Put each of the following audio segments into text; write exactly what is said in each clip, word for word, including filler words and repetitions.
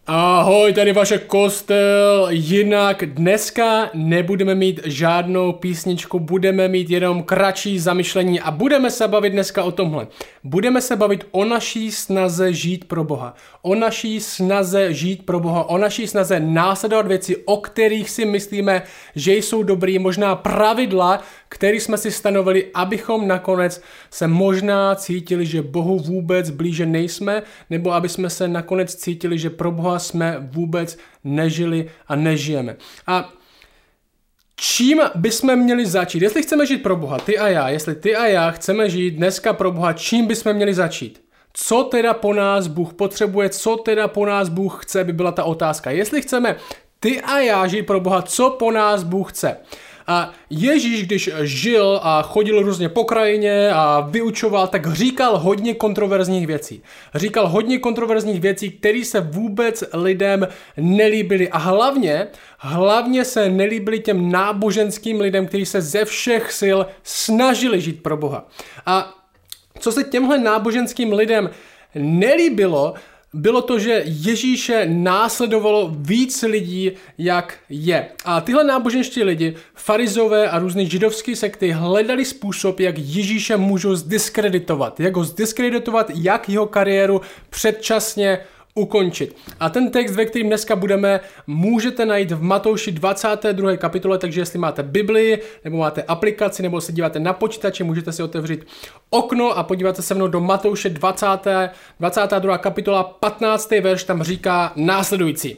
Ahoj, tady vaše kostel, jinak dneska nebudeme mít žádnou písničku, budeme mít jenom kratší zamyšlení a budeme se bavit dneska o tomhle. Budeme se bavit o naší snaze žít pro Boha, o naší snaze žít pro Boha, o naší snaze následovat věci, o kterých si myslíme, že jsou dobrý, možná pravidla, které jsme si stanovili, abychom nakonec se možná cítili, že Bohu vůbec blíže nejsme, nebo aby jsme se nakonec cítili, že pro Boha jsme vůbec nežili a nežijeme. A čím bychom měli začít? Jestli chceme žít pro Boha, ty a já, jestli ty a já chceme žít dneska pro Boha, čím bychom měli začít? Co teda po nás Bůh potřebuje, co teda po nás Bůh chce, by byla ta otázka. Jestli chceme ty a já žít pro Boha, co po nás Bůh chce? A Ježíš, když žil a chodil různě po krajině a vyučoval, tak říkal hodně kontroverzních věcí. Říkal hodně kontroverzních věcí, které se vůbec lidem nelíbily. A hlavně, hlavně se nelíbily těm náboženským lidem, kteří se ze všech sil snažili žít pro Boha. A co se těmhle náboženským lidem nelíbilo, bylo to, že Ježíše následovalo víc lidí, jak je. A tyhle náboženští lidi, farizové a různé židovské sekty hledali způsob, jak Ježíše můžou zdiskreditovat. Jak ho zdiskreditovat, jak jeho kariéru předčasně ukončit. A ten text, ve kterým dneska budeme, můžete najít v Matouši dvacáté druhé kapitole, takže jestli máte Biblii, nebo máte aplikaci, nebo se díváte na počítači, můžete si otevřít okno a podívat se mnou do Matouše dvacáté dvacátá druhá kapitola, patnáctý verš, tam říká následující.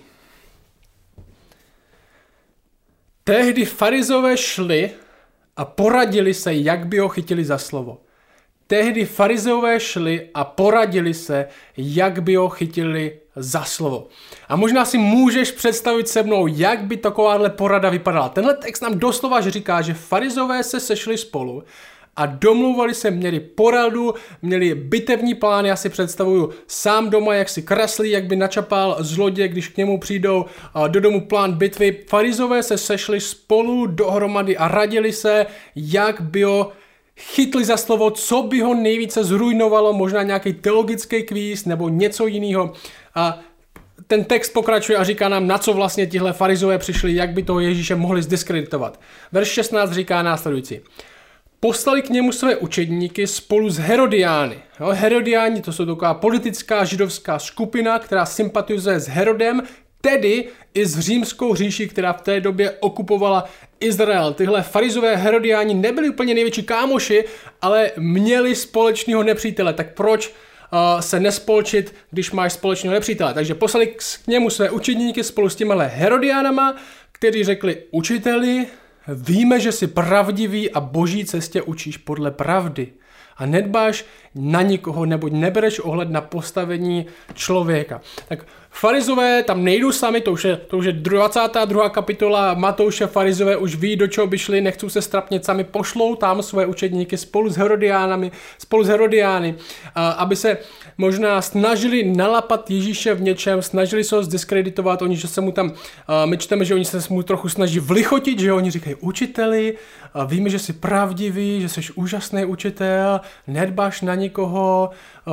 Tehdy farizové šli a poradili se, jak by ho chytili za slovo. Tehdy farizeové šli a poradili se, jak by ho chytili za slovo. A možná si můžeš představit se mnou, jak by takováhle porada vypadala. Tenhle text nám doslova říká, že farizové se sešli spolu a domluvali se, měli poradu, měli bitevní plán. Já si představuju sám doma, jak si kreslí, jak by načapal zloděj, když k němu přijdou do domu plán bitvy. Farizové se sešli spolu dohromady a radili se, jak by ho chytli za slovo, co by ho nejvíce zrujnovalo, možná nějaký teologický kvíz nebo něco jiného. A ten text pokračuje a říká nám, na co vlastně tihle farizové přišli, jak by toho Ježíše mohli zdiskreditovat. Verš šestnáct říká následující. Poslali k němu své učedníky spolu s Herodiány. Jo, Herodiáni, to jsou taková politická židovská skupina, která sympatizuje s Herodem, tedy i s římskou říší, která v té době okupovala Izrael. Tyhle farizové Herodiáni nebyli úplně největší kámoši, ale měli společného nepřítele. Tak proč uh, se nespolčit, když máš společného nepřítele? Takže poslali k němu své učedníky spolu s těmihle Herodiánama, kteří řekli, učiteli, víme, že jsi pravdivý a boží cestě učíš podle pravdy. A nedbáš na nikoho, neboť nebereš ohled na postavení člověka. Tak farizové tam nejdou sami, to už je, to už je dvacátá druhá kapitola Matouše, farizové už ví, do čeho by šli, nechcou se strapnit sami, pošlou tam své učedníky spolu s Herodiánami, spolu s Herodiány, aby se možná snažili nalapat Ježíše v něčem, snažili se ho zdiskreditovat, oni, že se mu tam, my čteme, že oni se mu trochu snaží vlichotit, že oni říkají učiteli, víme, že jsi pravdivý, že jsi úžasný učitel, nedbáš na nikoho,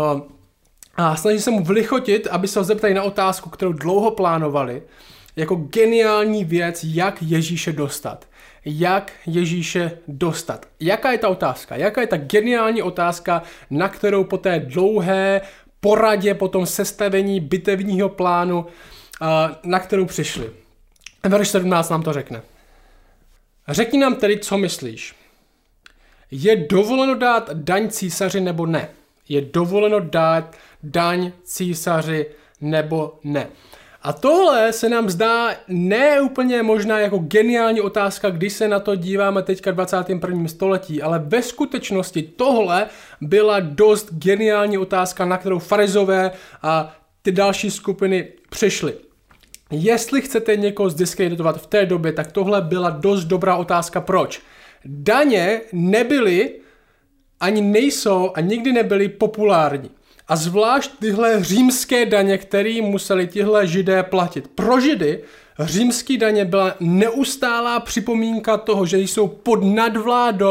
a snaží se mu vlichotit, aby se ho zeptali na otázku, kterou dlouho plánovali, jako geniální věc, jak Ježíše dostat. Jak Ježíše dostat. Jaká je ta otázka? Jaká je ta geniální otázka, na kterou po té dlouhé poradě, po tom sestavení bitevního plánu, na kterou přišli? Verš sedmnáct nám to řekne. Řekni nám tedy, co myslíš. Je dovoleno dát daň císaři nebo ne? Je dovoleno dát daň císaři nebo ne? A tohle se nám zdá ne úplně možná jako geniální otázka, když se na to díváme teďka v dvacátém prvním století, ale ve skutečnosti tohle byla dost geniální otázka, na kterou farizové a ty další skupiny přišly. Jestli chcete někoho zdiskreditovat v té době, tak tohle byla dost dobrá otázka. Proč? Daně nebyly, ani nejsou a nikdy nebyly populární. A zvlášť tyhle římské daně, které museli tihle židé platit. Pro židy římské daně byla neustálá připomínka toho, že jsou pod nadvládou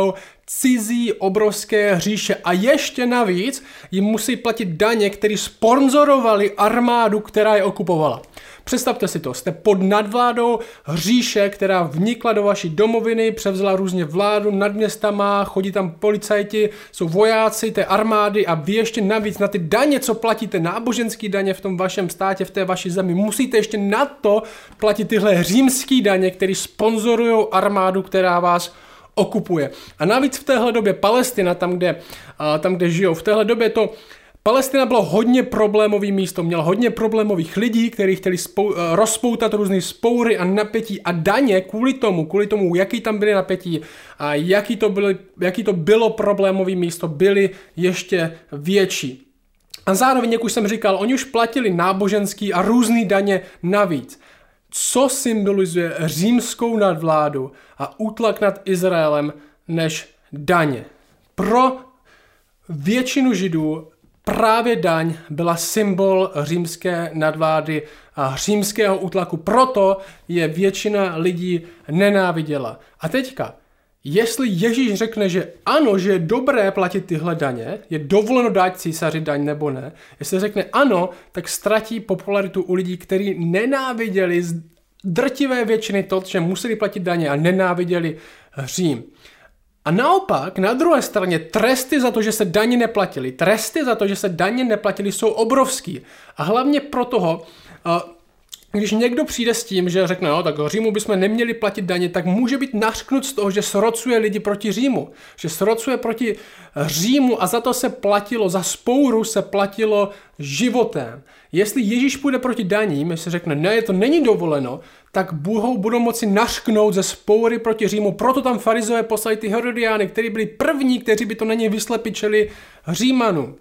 cizí obrovské říše a ještě navíc jim musí platit daně, které sponzorovali armádu, která je okupovala. Představte si to, jste pod nadvládou říše, která vnikla do vaší domoviny, převzala různě vládu nad městama, chodí tam policajti, jsou vojáci té armády a vy ještě navíc na ty daně, co platíte, náboženský daně v tom vašem státě, v té vaší zemi, musíte ještě na to platit tyhle římský daně, které sponzorují armádu, která vás okupuje. A navíc v téhle době Palestina, tam kde, tam, kde žijou, v téhle době to Palestina bylo hodně problémový místo, měl hodně problémových lidí, kteří chtěli spou- rozpoutat různé spoury a napětí a daně kvůli tomu, kvůli tomu, jaký tam byly napětí a jaký to, byly, jaký to bylo problémový místo, byly ještě větší. A zároveň, jak už jsem říkal, oni už platili náboženský a různý daně navíc. Co symbolizuje římskou nadvládu a útlak nad Izraelem než daně? Pro většinu Židů právě daň byla symbol římské nadvlády a římského útlaku. Proto je většina lidí nenáviděla. A teďka, jestli Ježíš řekne, že ano, že je dobré platit tyhle daně, je dovoleno dát císaři daň nebo ne, jestli řekne ano, tak ztratí popularitu u lidí, kteří nenáviděli z drtivé většiny to, že museli platit daně a nenáviděli Řím. A naopak, na druhé straně, tresty za to, že se daně neplatili, tresty za to, že se daně neplatili, jsou obrovský. A hlavně pro toho, když někdo přijde s tím, že řekne, no tak Římu bychom neměli platit daně, tak může být nařknut z toho, že srocuje lidi proti Římu. Že srocuje proti Římu a za to se platilo, za spouru se platilo životem. Jestli Ježíš půjde proti daním, jestli řekne, ne, to není dovoleno, tak Bůhou budou moci nařknout ze spoury proti Římu. Proto tam farizové poslali ty Herodiány, kteří byli první, kteří by to na ně vyslepičili Římanům.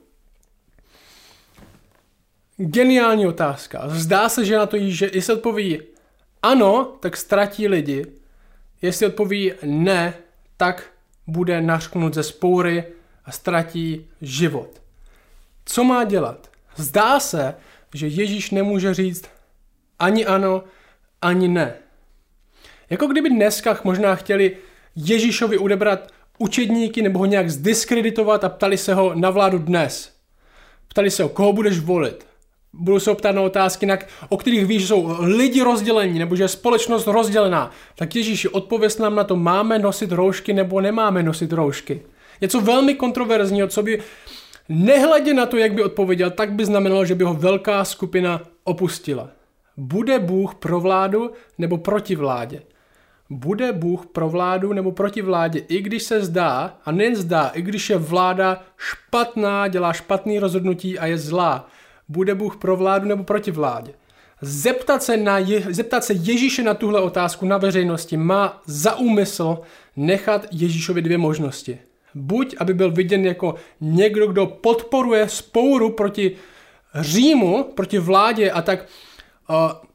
Geniální otázka. Zdá se, že na to jí, že jestli odpoví ano, tak ztratí lidi. Jestli odpoví ne, tak bude nařknut ze spoury a ztratí život. Co má dělat? Zdá se, že Ježíš nemůže říct ani ano, ani ne. Jako kdyby dneska možná chtěli Ježíšovi odebrat učedníky nebo ho nějak zdiskreditovat a ptali se ho na vládu dnes. Ptali se ho, koho budeš volit. Budou se optat na otázky, o kterých víš, že jsou lidi rozdělení nebo že je společnost rozdělená. Tak Ježíši, odpověz nám na to, máme nosit roušky nebo nemáme nosit roušky. Něco velmi kontroverzního, co by nehledě na to, jak by odpověděl, tak by znamenalo, že by ho velká skupina opustila. Bude Bůh pro vládu nebo proti vládě? Bude Bůh pro vládu nebo proti vládě, i když se zdá, a nejen zdá, i když je vláda špatná, dělá špatný rozhodnutí a je zlá. Bude Bůh pro vládu nebo proti vládě? Zeptat se, na je, zeptat se Ježíše na tuhle otázku na veřejnosti má za úmysl nechat Ježíšovi dvě možnosti. Buď, aby byl viděn jako někdo, kdo podporuje spouru proti Římu, proti vládě a tak uh,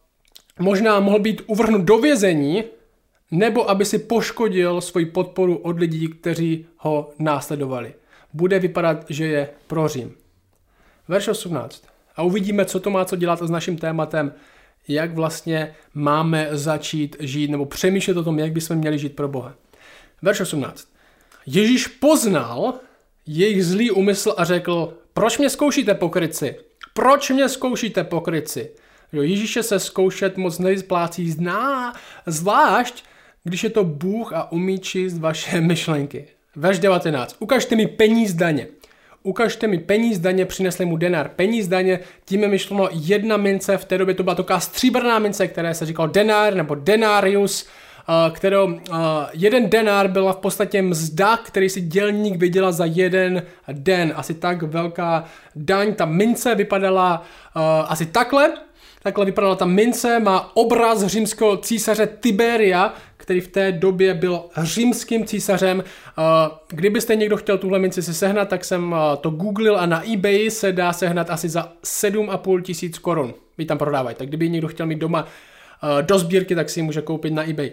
možná mohl být uvrhnut do vězení, nebo aby si poškodil svoji podporu od lidí, kteří ho následovali. Bude vypadat, že je pro Řím. Verš osmnáct. A uvidíme, co to má co dělat s naším tématem, jak vlastně máme začít žít, nebo přemýšlet o tom, jak bychom měli žít pro Boha. Verš osmnáct. Ježíš poznal jejich zlý úmysl a řekl, proč mě zkoušíte, pokrytci? Proč mě zkoušíte, pokrytci? Jo, Ježíše se zkoušet moc nevyplácí, zná, zvlášť, když je to Bůh a umí číst vaše myšlenky. Verš devatenáct. Ukažte mi peníz daně. Ukažte mi peníz daně, přinesli mu denár. Peníz daně, tím je myšleno jedna mince, v té době to byla taková stříbrná mince, která se říkal denár nebo denarius, kterou jeden denár byla v podstatě mzda, který si dělník vydělal za jeden den. Asi tak velká daň. Ta mince vypadala asi takhle. Takhle vypadala ta mince, má obraz římského císaře Tiberia, který v té době byl římským císařem. Kdybyste někdo chtěl tuhle minci si sehnat, tak jsem to googlil a na eBay se dá sehnat asi za sedm a půl tisíc korun. Vy tam prodávají, tak kdyby někdo chtěl mít doma do sbírky, tak si ji může koupit na eBay.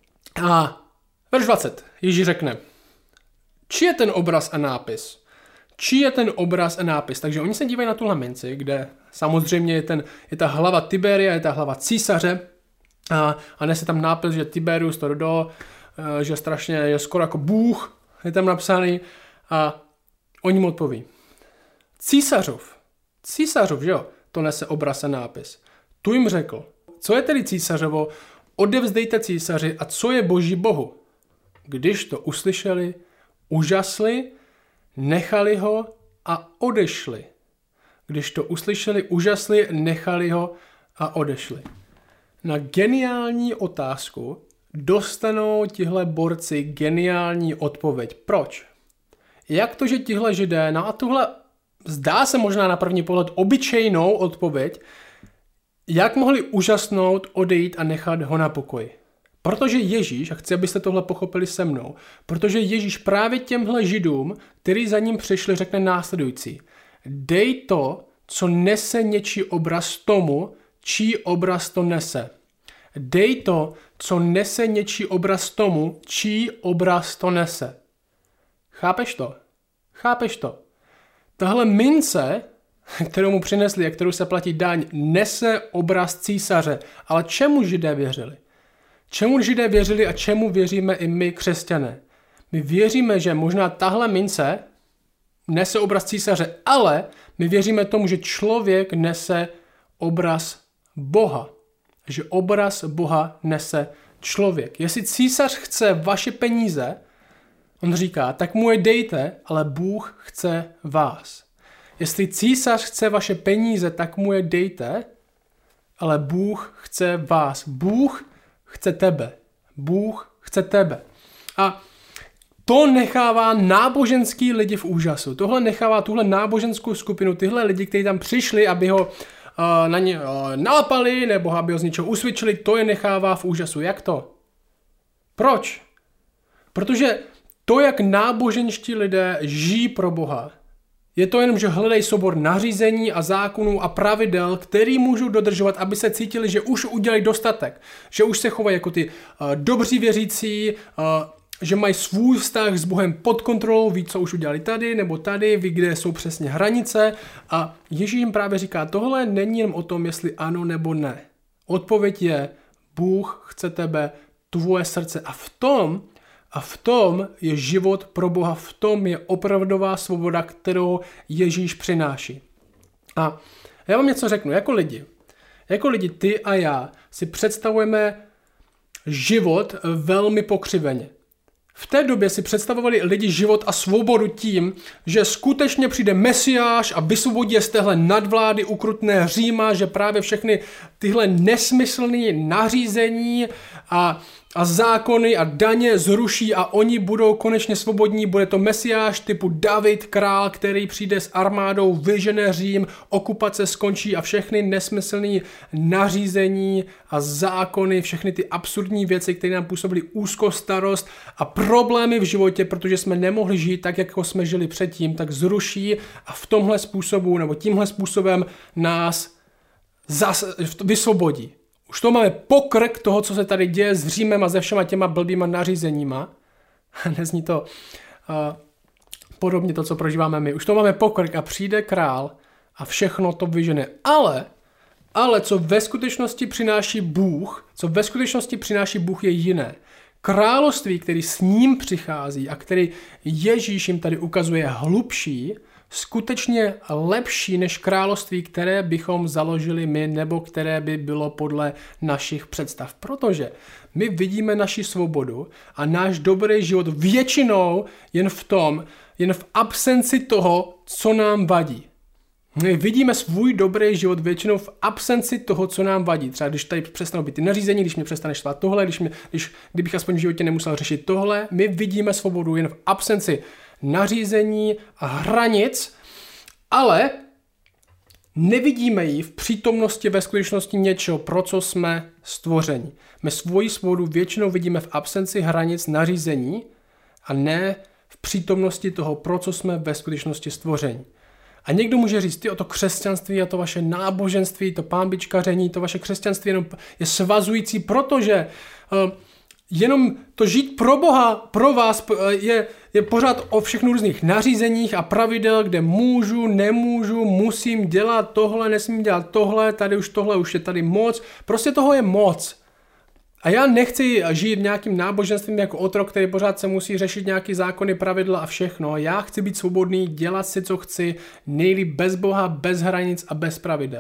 A verš dvacet. Ježíš řekne, čí je ten obraz a nápis? Čí je ten obraz a nápis? Takže oni se dívají na tuhle minci, kde samozřejmě je, ten, je ta hlava Tiberia, je ta hlava císaře a, a nese tam nápis, že Tiberius to dodal, že strašně je skoro jako Bůh, je tam napsaný a oni mu odpoví. Císařov, císařov, že jo, to nese obraz a nápis. Tu jim řekl, co je tedy císařovo, odevzdejte císaři a co je boží bohu. Když to uslyšeli, užasli, nechali ho a odešli. Když to uslyšeli, užasli, nechali ho a odešli. Na geniální otázku dostanou tihle borci geniální odpověď. Proč? Jak to, že tihle židé na tuhle, zdá se možná na první pohled obyčejnou odpověď, jak mohli úžasnout, odejít a nechat ho na pokoji? Protože Ježíš, a chci, abyste tohle pochopili se mnou, protože Ježíš právě těmhle židům, kteří za ním přišli, řekne následující. Dej to, co nese něčí obraz tomu, čí obraz to nese. Dej to, co nese něčí obraz tomu, čí obraz to nese. Chápeš to? Chápeš to? Tahle mince, kterou mu přinesli a kterou se platí daň, nese obraz císaře. Ale čemu židé věřili? Čemu židé věřili a čemu věříme i my, křesťané? My věříme, že možná tahle mince nese obraz císaře, ale my věříme tomu, že člověk nese obraz Boha. Že obraz Boha nese člověk. Jestli císař chce vaše peníze, on říká, tak mu je dejte, ale Bůh chce vás. Jestli císař chce vaše peníze, tak mu je dejte, ale Bůh chce vás. Bůh chce tebe. Bůh chce tebe. A to nechává náboženský lidi v úžasu. Tohle nechává tuhle náboženskou skupinu, tyhle lidi, kteří tam přišli, aby ho uh, na ně uh, nalapali, nebo aby ho z něčeho usvědčili, to je nechává v úžasu. Jak to? Proč? Protože to, jak náboženští lidé žijí pro Boha, je to jenom, že hledají soubor nařízení a zákonů a pravidel, který můžou dodržovat, aby se cítili, že už udělají dostatek. Že už se chovají jako ty uh, dobří věřící, uh, že mají svůj vztah s Bohem pod kontrolou, ví, co už udělali tady nebo tady, ví, kde jsou přesně hranice. A Ježíš jim právě říká, tohle není jen o tom, jestli ano nebo ne. Odpověď je, Bůh chce tebe, tvoje srdce. A v tom, a v tom je život pro Boha, v tom je opravdová svoboda, kterou Ježíš přináší. A já vám něco řeknu, jako lidi. Jako lidi, ty a já si představujeme život velmi pokřiveně. V té době si představovali lidi život a svobodu tím, že skutečně přijde Mesiáš a vysvobodí je z téhle nadvlády ukrutné Říma, že právě všechny tyhle nesmyslné nařízení a, a zákony a daně zruší a oni budou konečně svobodní. Bude to Mesiáš typu David, král, který přijde s armádou, vyžene Řím, okupace skončí a všechny nesmyslné nařízení a zákony, všechny ty absurdní věci, které nám působily úzkostarost a problémy v životě, protože jsme nemohli žít tak, jako jsme žili předtím, tak zruší a v tomhle způsobu nebo tímhle způsobem nás zas, vysvobodí. Už to máme pokrk toho, co se tady děje s Římem a se všema těma blbýma nařízeníma. Nezní to uh, podobně to, co prožíváme my. Už to máme pokrk a přijde král a všechno to vyžene. Ale, ale co ve skutečnosti přináší Bůh, co ve skutečnosti přináší Bůh je jiné. Království, který s ním přichází a který Ježíš jim tady ukazuje hlubší, skutečně lepší než království, které bychom založili my, nebo které by bylo podle našich představ. Protože my vidíme naši svobodu a náš dobrý život většinou jen v tom, jen v absenci toho, co nám vadí. My vidíme svůj dobrý život většinou v absenci toho, co nám vadí. Třeba když tady přestanou být ty nařízení, když mě přestane štvat tohle, když mě, když, kdybych aspoň v životě nemusel řešit tohle, my vidíme svobodu jen v absenci nařízení a hranic, ale nevidíme ji v přítomnosti ve skutečnosti něčeho, pro co jsme stvořeni. My svoji svobodu většinou vidíme v absenci hranic nařízení a ne v přítomnosti toho, pro co jsme ve skutečnosti stvořeni. A někdo může říct, ty o to křesťanství a to vaše náboženství, to pánbičkaření, to vaše křesťanství jenom je svazující, protože uh, jenom to žít pro Boha, pro vás je, je pořád o všech různých nařízeních a pravidel, kde můžu, nemůžu, musím dělat tohle, nesmím dělat tohle, tady už tohle už je tady moc. Prostě toho je moc. A já nechci žít v nějakým náboženstvím jako otrok, který pořád se musí řešit nějaký zákony, pravidla a všechno. Já chci být svobodný, dělat si, co chci, nejlíp bez Boha, bez hranic a bez pravidel.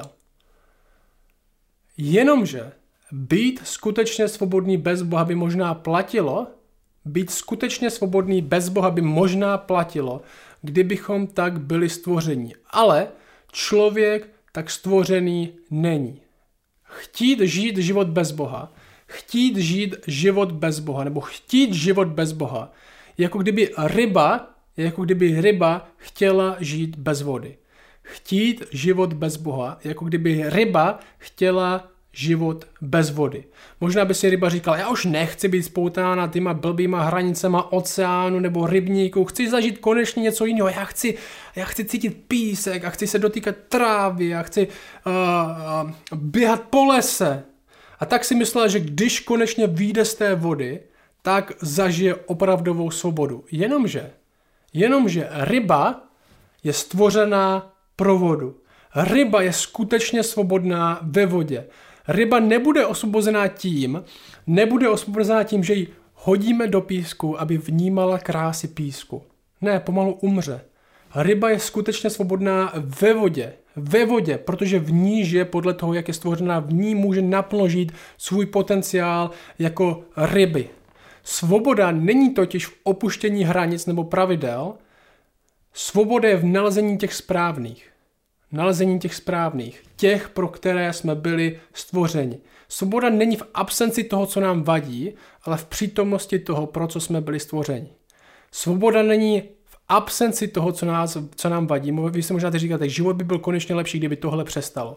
Jenomže být skutečně svobodný bez Boha by možná platilo, být skutečně svobodný bez Boha by možná platilo, kdybychom tak byli stvoření. Ale člověk tak stvořený není. Chtít žít život bez Boha, chtít žít život bez Boha, nebo chtít život bez Boha, jako kdyby ryba, jako kdyby ryba chtěla žít bez vody. Chtít život bez Boha, jako kdyby ryba chtěla život bez vody. Možná by si ryba říkala, já už nechci být spoutána těma blbýma hranicema oceánu nebo rybníku, chci zažít konečně něco jiného, já chci, já chci cítit písek a chci se dotýkat trávy, já chci uh, uh, běhat po lese. A tak si myslela, že když konečně vyjde z té vody, tak zažije opravdovou svobodu. Jenomže, jenomže ryba je stvořená pro vodu. Ryba je skutečně svobodná ve vodě. Ryba nebude osvobozená tím, nebude osvobozená tím, že ji hodíme do písku, aby vnímala krásy písku. Ne, pomalu umře. Ryba je skutečně svobodná ve vodě. Ve vodě, protože v ní žije podle toho, jak je stvořená, v ní může naplno žít svůj potenciál jako ryby. Svoboda není totiž v opuštění hranic nebo pravidel, svoboda je v nalezení těch správných. Nalezení těch správných, těch, pro které jsme byli stvořeni. Svoboda není v absenci toho, co nám vadí, ale v přítomnosti toho, pro co jsme byli stvořeni. Svoboda není v absenci toho, co, nás, co nám vadí. Vy si možná teď říkáte, život by byl konečně lepší, kdyby tohle přestalo.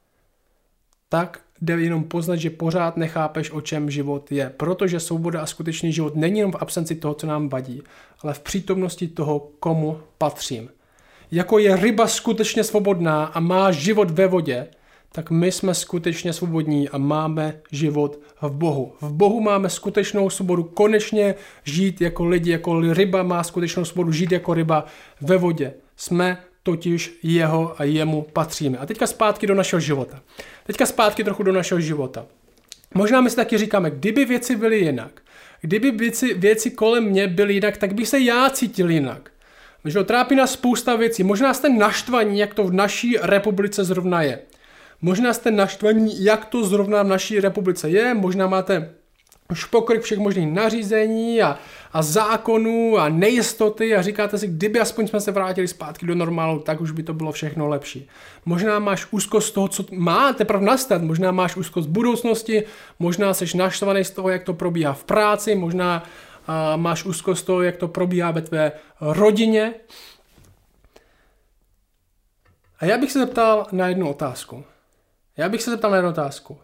Tak jde jenom poznat, že pořád nechápeš, o čem život je. Protože svoboda a skutečný život není jenom v absenci toho, co nám vadí, ale v přítomnosti toho, komu patřím. Jako je ryba skutečně svobodná a má život ve vodě, tak my jsme skutečně svobodní a máme život v Bohu. V Bohu máme skutečnou svobodu konečně žít jako lidi, jako ryba má skutečnou svobodu žít jako ryba ve vodě. Jsme totiž jeho a jemu patříme. A teďka zpátky do našeho života. Teďka zpátky trochu do našeho života. Možná my si taky říkáme, kdyby věci byly jinak, kdyby věci, věci kolem mě byly jinak, tak bych se já cítil jinak. Že trápí nás spousta věcí. Možná jste naštvaní, jak to v naší republice zrovna je. Možná jste naštvaní, jak to zrovna v naší republice je. Možná máte špokryk všech možných nařízení a, a zákonů a nejistoty a říkáte si, kdyby aspoň jsme se vrátili zpátky do normálu, tak už by to bylo všechno lepší. Možná máš úzkost z toho, co má teprve nastat. Možná máš úzkost z budoucnosti. Možná jsi naštvaný z toho, jak to probíhá v práci. Možná a máš úzkost z toho, jak to probíhá ve tvé rodině. A já bych se zeptal na jednu otázku. Já bych se zeptal na jednu otázku.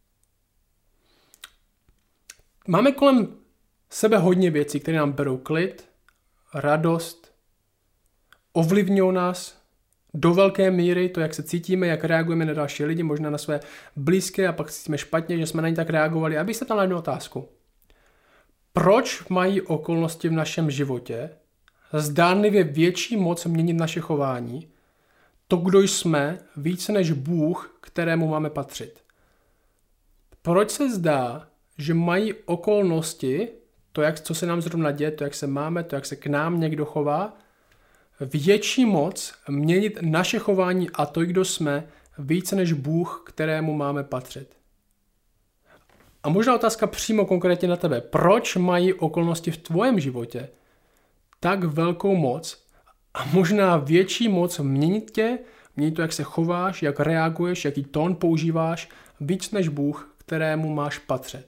Máme kolem sebe hodně věcí, které nám berou klid, radost, ovlivňují nás do velké míry, to, jak se cítíme, jak reagujeme na další lidi, možná na své blízké a pak cítíme špatně, že jsme na ně tak reagovali. Já bych se ptal na jednu otázku. Proč mají okolnosti v našem životě zdánlivě větší moc měnit naše chování, to, kdo jsme, více než Bůh, kterému máme patřit? Proč se zdá, že mají okolnosti, to, jak, co se nám zrovna děje, to, jak se máme, to, jak se k nám někdo chová, větší moc měnit naše chování a to, kdo jsme, více než Bůh, kterému máme patřit? A možná otázka přímo konkrétně na tebe. Proč mají okolnosti v tvém životě tak velkou moc a možná větší moc měnit tě, měnit to, jak se chováš, jak reaguješ, jaký tón používáš, víc než Bůh, kterému máš patřit?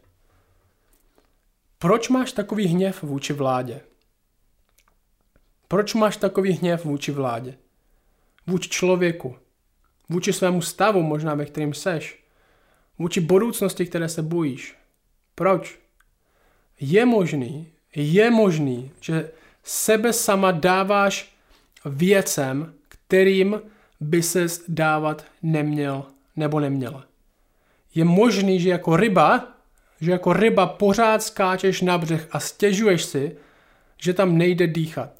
Proč máš takový hněv vůči vládě? Proč máš takový hněv vůči vládě? Vůči člověku? Vůči svému stavu, možná ve kterým seš? Vůči budoucnosti, které se bojíš? Proč? Je možný, je možný, že sebe sama dáváš věcem, kterým by ses dávat neměl nebo neměla. Je možný, že jako ryba, že jako ryba pořád skáčeš na břeh a stěžuješ si, že tam nejde dýchat.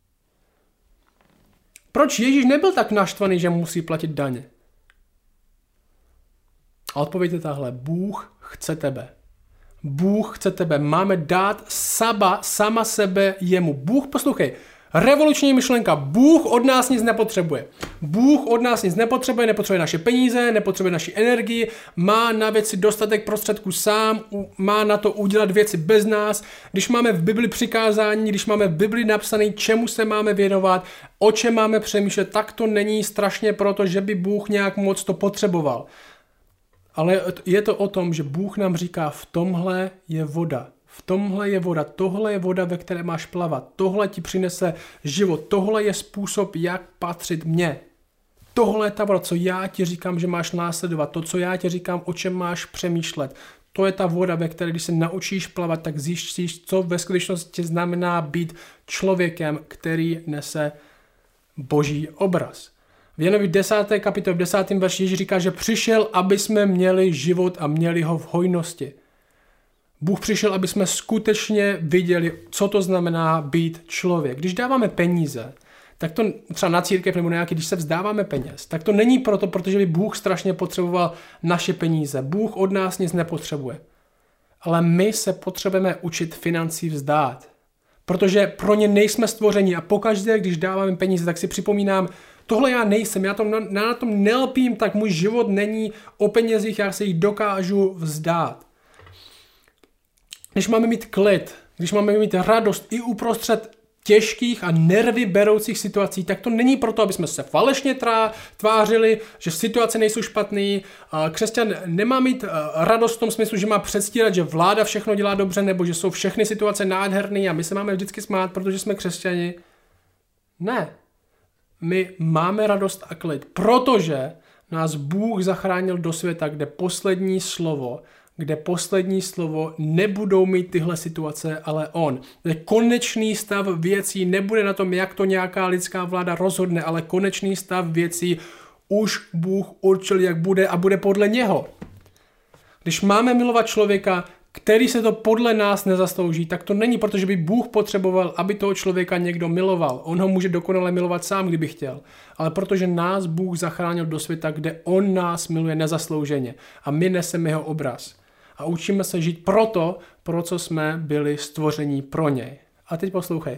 Proč Ježíš nebyl tak naštvaný, že musí platit daně? A odpověď je tahle. Bůh chce tebe. Bůh chce tebe. Máme dát saba, sama sebe jemu. Bůh, poslouchej, revoluční myšlenka. Bůh od nás nic nepotřebuje. Bůh od nás nic nepotřebuje, nepotřebuje naše peníze, nepotřebuje naši energii, má na věci dostatek prostředků sám, má na to udělat věci bez nás. Když máme v Bibli přikázání, když máme v Bibli napsané, čemu se máme věnovat, o čem máme přemýšlet, tak to není strašně proto, že by Bůh nějak moc to potřeboval. Ale je to o tom, že Bůh nám říká, v tomhle je voda. V tomhle je voda, tohle je voda, ve které máš plavat, tohle ti přinese život, tohle je způsob, jak patřit mně. Tohle je ta voda, co já ti říkám, že máš následovat, to, co já ti říkám, o čem máš přemýšlet. To je ta voda, ve které, když se naučíš plavat, tak zjistíš, co ve skutečnosti znamená být člověkem, který nese boží obraz. V Janovi desáté kapitole, v desátém verši Ježíš říká, že přišel, aby jsme měli život a měli ho v hojnosti. Bůh přišel, aby jsme skutečně viděli, co to znamená být člověk. Když dáváme peníze, tak to třeba na církev nebo nějaký, když se vzdáváme peněz, tak to není proto, protože by Bůh strašně potřeboval naše peníze. Bůh od nás nic nepotřebuje. Ale my se potřebujeme učit financí vzdát. Protože pro ně nejsme stvoření a pokaždé, když dáváme peníze, tak si připomínám, tohle já nejsem, já, tom, já na tom nelpím, tak můj život není o penězích, já se jich dokážu vzdát. Když máme mít klid, když máme mít radost i uprostřed těžkých a nervy beroucích situací, tak to není proto, aby jsme se falešně tvářili, že situace nejsou špatný. Křesťan nemá mít radost v tom smyslu, že má předstírat, že vláda všechno dělá dobře, nebo že jsou všechny situace nádherné a my se máme vždycky smát, protože jsme křesťani. Ne. My máme radost a klid, protože nás Bůh zachránil do světa, kde poslední slovo kde poslední slovo nebudou mít tyhle situace, ale on. Kde konečný stav věcí nebude na tom, jak to nějaká lidská vláda rozhodne, ale konečný stav věcí už Bůh určil, jak bude a bude podle něho. Když máme milovat člověka, který se to podle nás nezaslouží, tak to není, protože by Bůh potřeboval, aby toho člověka někdo miloval. On ho může dokonale milovat sám, kdyby chtěl. Ale protože nás Bůh zachránil do světa, kde on nás miluje nezaslouženě a my neseme jeho obraz. A učíme se žít proto, pro co jsme byli stvoření pro něj. A teď poslouchej.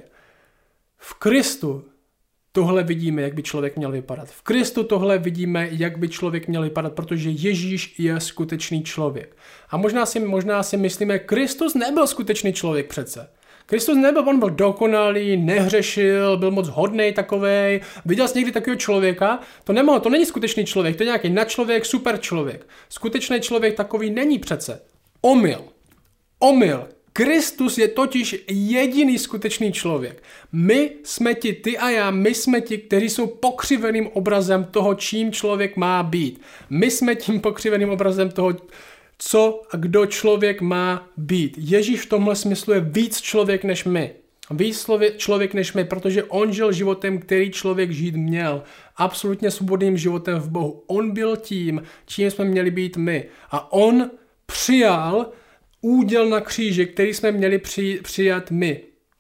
V Kristu tohle vidíme, jak by člověk měl vypadat. V Kristu tohle vidíme, jak by člověk měl vypadat, protože Ježíš je skutečný člověk. A možná si, možná si myslíme, Kristus nebyl skutečný člověk přece. Kristus nebyl, on byl dokonalý, nehřešil, byl moc hodnej takovej. Viděl jsi někdy takového člověka? To nemohl, to není skutečný člověk, to je nějaký nadčlověk, super člověk. Skutečný člověk takový není přece. Omyl. Omyl. Kristus je totiž jediný skutečný člověk. My jsme ti, ty a já, my jsme ti, kteří jsou pokřiveným obrazem toho, čím člověk má být. My jsme tím pokřiveným obrazem toho, co a kdo člověk má být. Ježíš v tomhle smyslu je víc člověk než my. Víc člověk než my, protože on žil životem, který člověk žít měl. Absolutně svobodným životem v Bohu. On byl tím, čím jsme měli být my. A on přijal úděl na kříži, který jsme měli při, přijat my.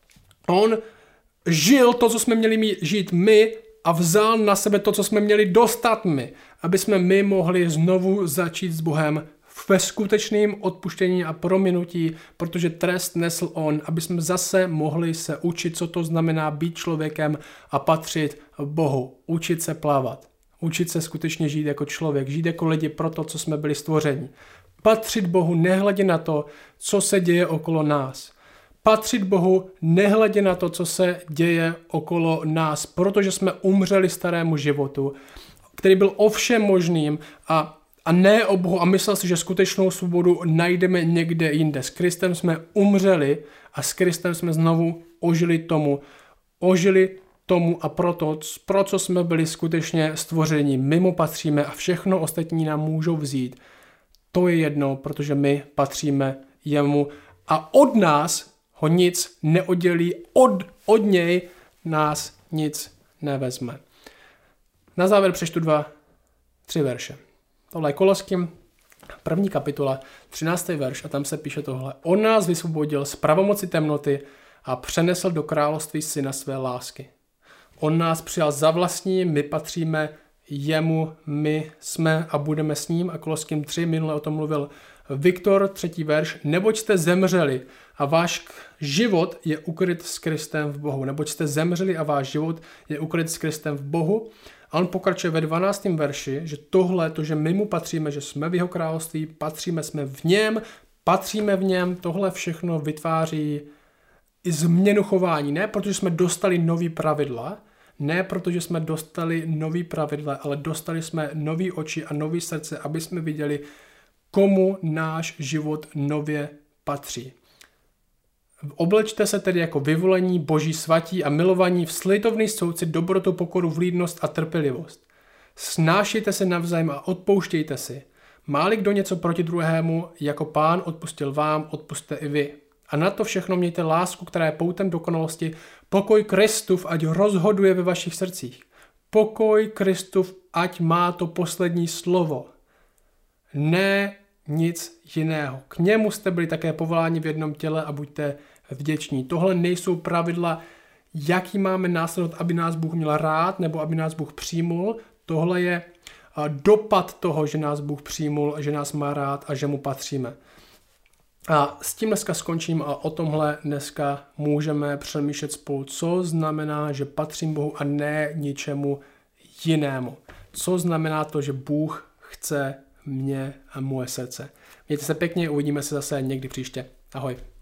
On žil to, co jsme měli žít my a vzal na sebe to, co jsme měli dostat my, aby jsme my mohli znovu začít s Bohem ve skutečném odpuštění a prominutí, protože trest nesl on, aby jsme zase mohli se učit, co to znamená být člověkem a patřit Bohu, učit se plavat, učit se skutečně žít jako člověk, žít jako lidi pro to, co jsme byli stvořeni. Patřit Bohu nehledě na to, co se děje okolo nás. Patřit Bohu nehledě na to, co se děje okolo nás, protože jsme umřeli starému životu, který byl ovšem možným a, a ne o Bohu a myslel si, že skutečnou svobodu najdeme někde jinde. S Kristem jsme umřeli a s Kristem jsme znovu ožili tomu, ožili tomu a proto, pro co jsme byli skutečně stvořeni. My mu patříme a všechno ostatní nám můžou vzít. To je jedno, protože my patříme jemu a od nás ho nic neoddělí, od, od něj nás nic nevezme. Na závěr přečtu dva, tři verše. Tohle je Koloským, první kapitola, třináctý verš a tam se píše tohle. On nás vysvobodil z pravomoci temnoty a přenesl do království syna své lásky. On nás přijal za vlastní, my patříme jemu, my jsme a budeme s ním a Koloským tři, minule o tom mluvil Viktor, třetí verš, neboť jste zemřeli a váš život je ukryt s Kristem v Bohu. Neboť jste zemřeli a váš život je ukryt s Kristem v Bohu. A on pokračuje ve dvanáctém verši, že tohle, to, že my mu patříme, že jsme v jeho království, patříme, jsme v něm, patříme v něm, tohle všechno vytváří i změnu chování. Ne protože jsme dostali nový pravidla, ne protože jsme dostali nový pravidla, ale dostali jsme nový oči a nový srdce, aby jsme viděli, komu náš život nově patří. Oblečte se tedy jako vyvolení, boží svatí a milovaní v slitovný soucit, dobrotu, pokoru, vlídnost a trpělivost. Snášejte se navzájem a odpouštějte si. Má-li kdo něco proti druhému, jako Pán odpustil vám, odpusťte i vy. A na to všechno mějte lásku, která je poutem dokonalosti, pokoj Kristův, ať rozhoduje ve vašich srdcích. Pokoj Kristův, ať má to poslední slovo. Ne nic jiného. K němu jste byli také povoláni v jednom těle a buďte vděční. Tohle nejsou pravidla, jaký máme následovat, aby nás Bůh měl rád nebo aby nás Bůh přijmul. Tohle je dopad toho, že nás Bůh přijmul, že nás má rád a že mu patříme. A s tím dneska skončím a o tomhle dneska můžeme přemýšlet spolu, co znamená, že patřím Bohu a ne ničemu jinému. Co znamená to, že Bůh chce mě a moje srdce. Mějte se pěkně, uvidíme se zase někdy příště. Ahoj.